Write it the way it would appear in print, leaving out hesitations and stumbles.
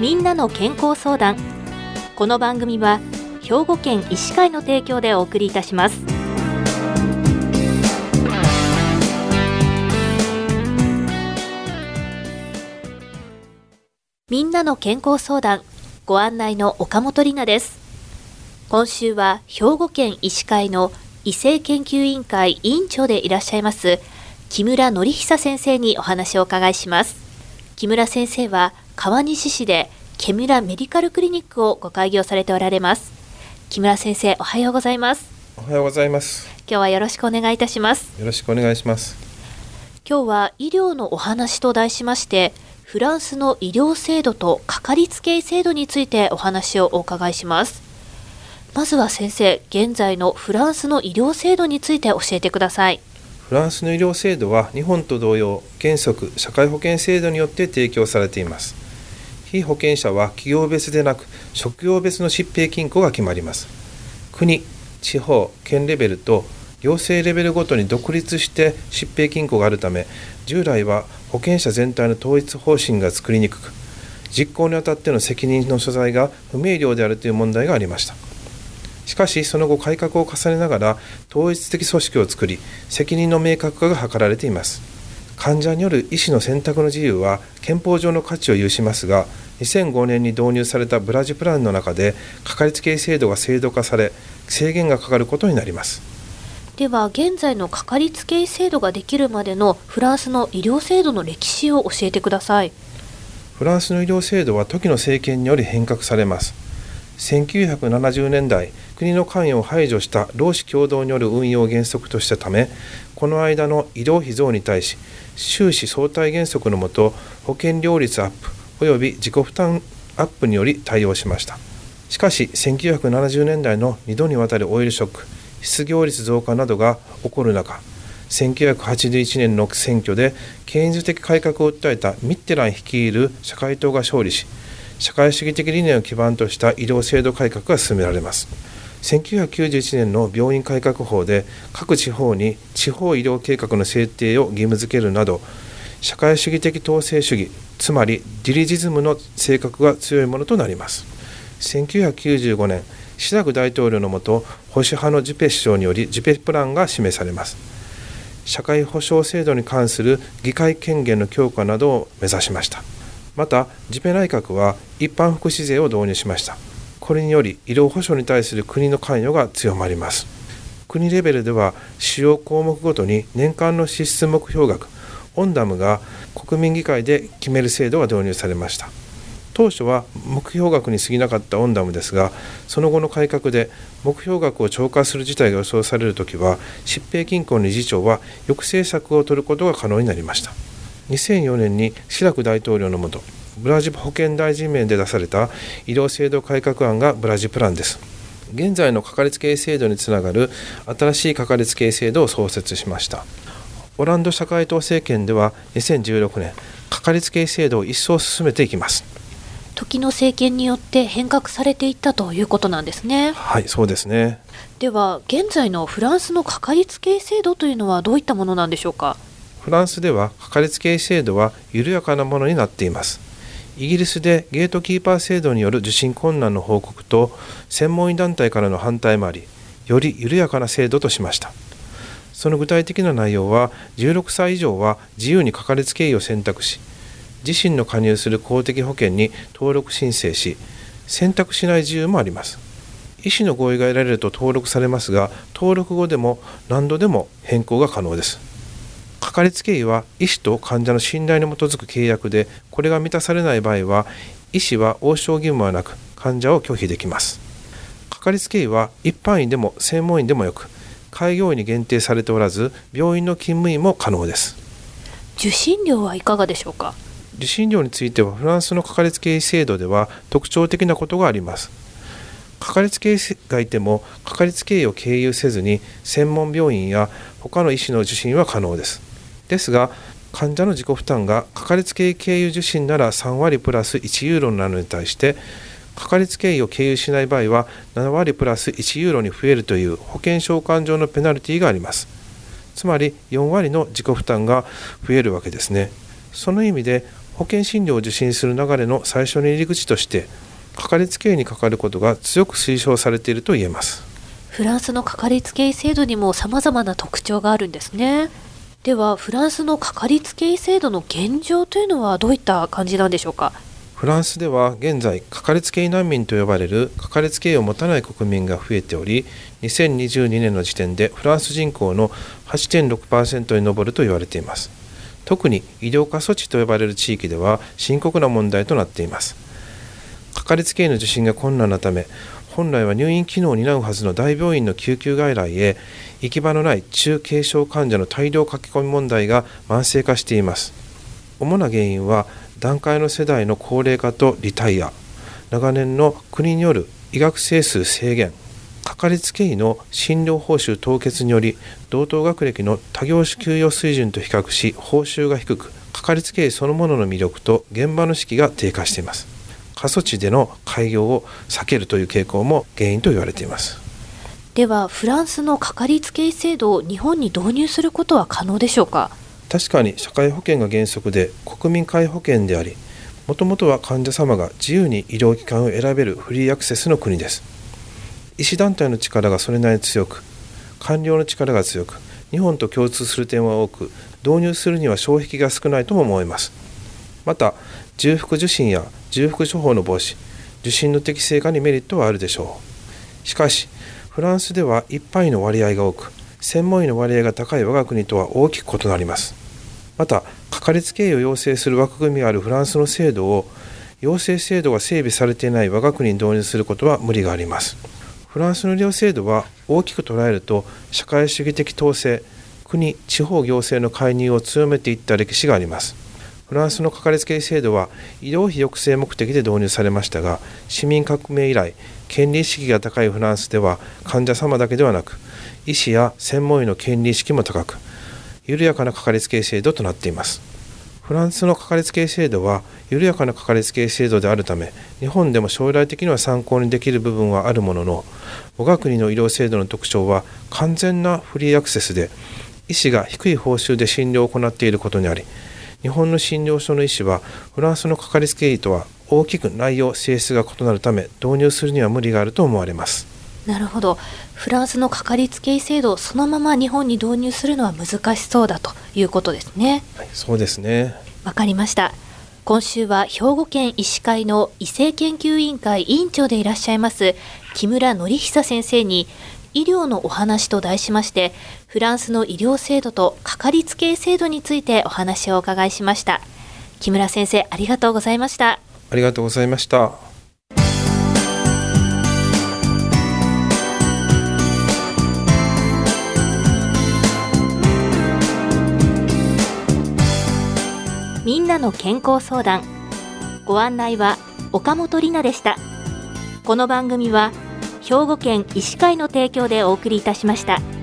みんなの健康相談。この番組は兵庫県医師会の提供でお送りいたします。みんなの健康相談、ご案内の岡本里奈です。今週は兵庫県医師会の医政研究委員会委員長でいらっしゃいます木村典久先生にお話をお伺いします。木村先生は川西市で木村メディカルクリニックをご開業されておられます。木村先生、おはようございます。 おはようございます。 今日はよろしくお願いいたします。 よろしくお願いします。 今日は医療のお話と題しまして、フランスの医療制度とかかりつけ医制度についてお話をお伺いします。まずは先生、現在のフランスの医療制度について教えてください。 フランスの医療制度は日本と同様、原則社会保険制度によって提供されています。被保険者は企業別でなく職業別の疾病金庫が決まります。国、地方、県レベルと行政レベルごとに独立して疾病金庫があるため、従来は保険者全体の統一方針が作りにくく、実行にあたっての責任の所在が不明瞭であるという問題がありました。しかしその後改革を重ねながら統一的組織を作り、責任の明確化が図られています。患者による医師の選択の自由は憲法上の価値を有しますが、2005年に導入されたブラジプランの中でかかりつけ医制度が制度化され、制限がかかることになります。 では現在のかかりつけ医制度ができるまでのフランスの医療制度の歴史を教えてください。 フランスの医療制度は時の政権により変革されます。1970年代、国の関与を排除した労使協同による運用を原則としたため、この間の医療費増に対し収支相対原則のもと、保険料率アップおよび自己負担アップにより対応しました。しかし1970年代の2度にわたるオイルショック、失業率増加などが起こる中、1981年の選挙で権威的改革を訴えたミッテラン率いる社会党が勝利し、社会主義的理念を基盤とした医療制度改革が進められます。1991年の病院改革法で各地方に地方医療計画の制定を義務付けるなど、社会主義的統制主義、つまりディリジズムの性格が強いものとなります。1995年、シラグ大統領のもと保守派のジュペ首相によりジュペプランが示されます。社会保障制度に関する議会権限の強化などを目指しました。またジュペ内閣は一般福祉税を導入しました。これにより医療保障に対する国の関与が強まります。国レベルでは主要項目ごとに年間の支出目標額、オンダムが国民議会で決める制度が導入されました。当初は目標額に過ぎなかったオンダムですが、その後の改革で目標額を超過する事態が予想されるときは、疾病金庫の理事長は抑制策を取ることが可能になりました。2004年にシラク大統領の下、ブラジ保健大臣名で出された医療制度改革案がブラジプランです。現在のかかりつけ医制度につながる新しいかかりつけ医制度を創設しました。オランド社会党政権では2016年、かかりつけ医制度を一層進めていきます。 時の政権によって変革されていったということなんですね。 はい、そうですね。 では現在のフランスのかかりつけ医制度というのはどういったものなんでしょうか。 フランスではかかりつけ医制度は緩やかなものになっています。イギリスでゲートキーパー制度による受診困難の報告と専門医団体からの反対もあり、より緩やかな制度としました。その具体的な内容は、16歳以上は自由にかかりつけ医を選択し、自身の加入する公的保険に登録申請し、選択しない自由もあります。医師の合意が得られると登録されますが、登録後でも何度でも変更が可能です。かかりつけ医は医師と患者の信頼に基づく契約で、これが満たされない場合は医師は応召義務はなく患者を拒否できます。かかりつけ医は一般医でも専門医でもよく、開業医に限定されておらず、病院の勤務医も可能です。 受診料はいかがでしょうか。 受診料についてはフランスのかかりつけ医制度では特徴的なことがあります。かかりつけ医がいてもかかりつけ医を経由せずに専門病院や他の医師の受診は可能です。ですが患者の自己負担がかかりつけ医経由受診なら3割プラス1ユーロなのに対して、かかりつけ医を経由しない場合は7割プラス1ユーロに増えるという保険償還上のペナルティがあります。つまり4割の自己負担が増えるわけですね。その意味で保険診療を受診する流れの最初の入り口としてかかりつけ医にかかることが強く推奨されていると言えます。 フランスのかかりつけ医制度にも様々な特徴があるんですね。ではフランスのかかりつけ医制度の現状というのはどういった感じなんでしょうか。 フランスでは現在かかりつけ医難民と呼ばれるかかりつけ医を持たない国民が増えており、2022年の時点でフランス人口の 8.6% に上ると言われています。特に医療過疎地と呼ばれる地域では深刻な問題となっています。かかりつけ医の受診が困難なため、本来は入院機能を担うはずの大病院の救急外来へ行き場のない中軽症患者の大量書き込み問題が慢性化しています。主な原因は団塊の世代の高齢化とリタイア、長年の国による医学生数制限、かかりつけ医の診療報酬凍結により同等学歴の他業種給与水準と比較し報酬が低く、かかりつけ医そのものの魅力と現場の士気が低下しています。過疎地での開業を避けるという傾向も原因と言われています。 ではフランスのかかりつけ医制度を日本に導入することは可能でしょうか。 確かに社会保険が原則で国民皆保険であり、もともとは患者様が自由に医療機関を選べるフリーアクセスの国です。医師団体の力がそれなりに強く、官僚の力が強く、日本と共通する点は多く、導入するには障壁が少ないとも思います。また重複受診や重複処方の防止、受診の適正化にメリットはあるでしょう。しかしフランスでは一般医の割合が多く、専門医の割合が高い我が国とは大きく異なります。またかかりつけ医を要請する枠組みがあるフランスの制度を養成制度が整備されていない我が国に導入することは無理があります。フランスの医療制度は大きく捉えると社会主義的統制、国・地方行政の介入を強めていった歴史があります。フランスのかかりつけ医制度は医療費抑制目的で導入されましたが、市民革命以来権利意識が高いフランスでは患者様だけではなく医師や専門医の権利意識も高く、緩やかなかかりつけ医制度となっています。フランスのかかりつけ医制度は緩やかなかかりつけ医制度であるため、日本でも将来的には参考にできる部分はあるものの、我が国の医療制度の特徴は完全なフリーアクセスで医師が低い報酬で診療を行っていることにあり、日本の診療所の医師はフランスのかかりつけ医とは大きく内容・性質が異なるため、導入するには無理があると思われます。 なるほど。フランスのかかりつけ医制度をそのまま日本に導入するのは難しそうだということですね。 はい、そうですね。 わかりました。今週は兵庫県医師会の医政研究委員会委員長でいらっしゃいます木村典久先生に、医療のお話と題しまして、フランスの医療制度とかかりつけ医制度についてお話をお伺いしました。木村先生、ありがとうございました。 ありがとうございました。 みんなの健康相談、ご案内は岡本里奈でした。この番組は兵庫県医師会の提供でお送りいたしました。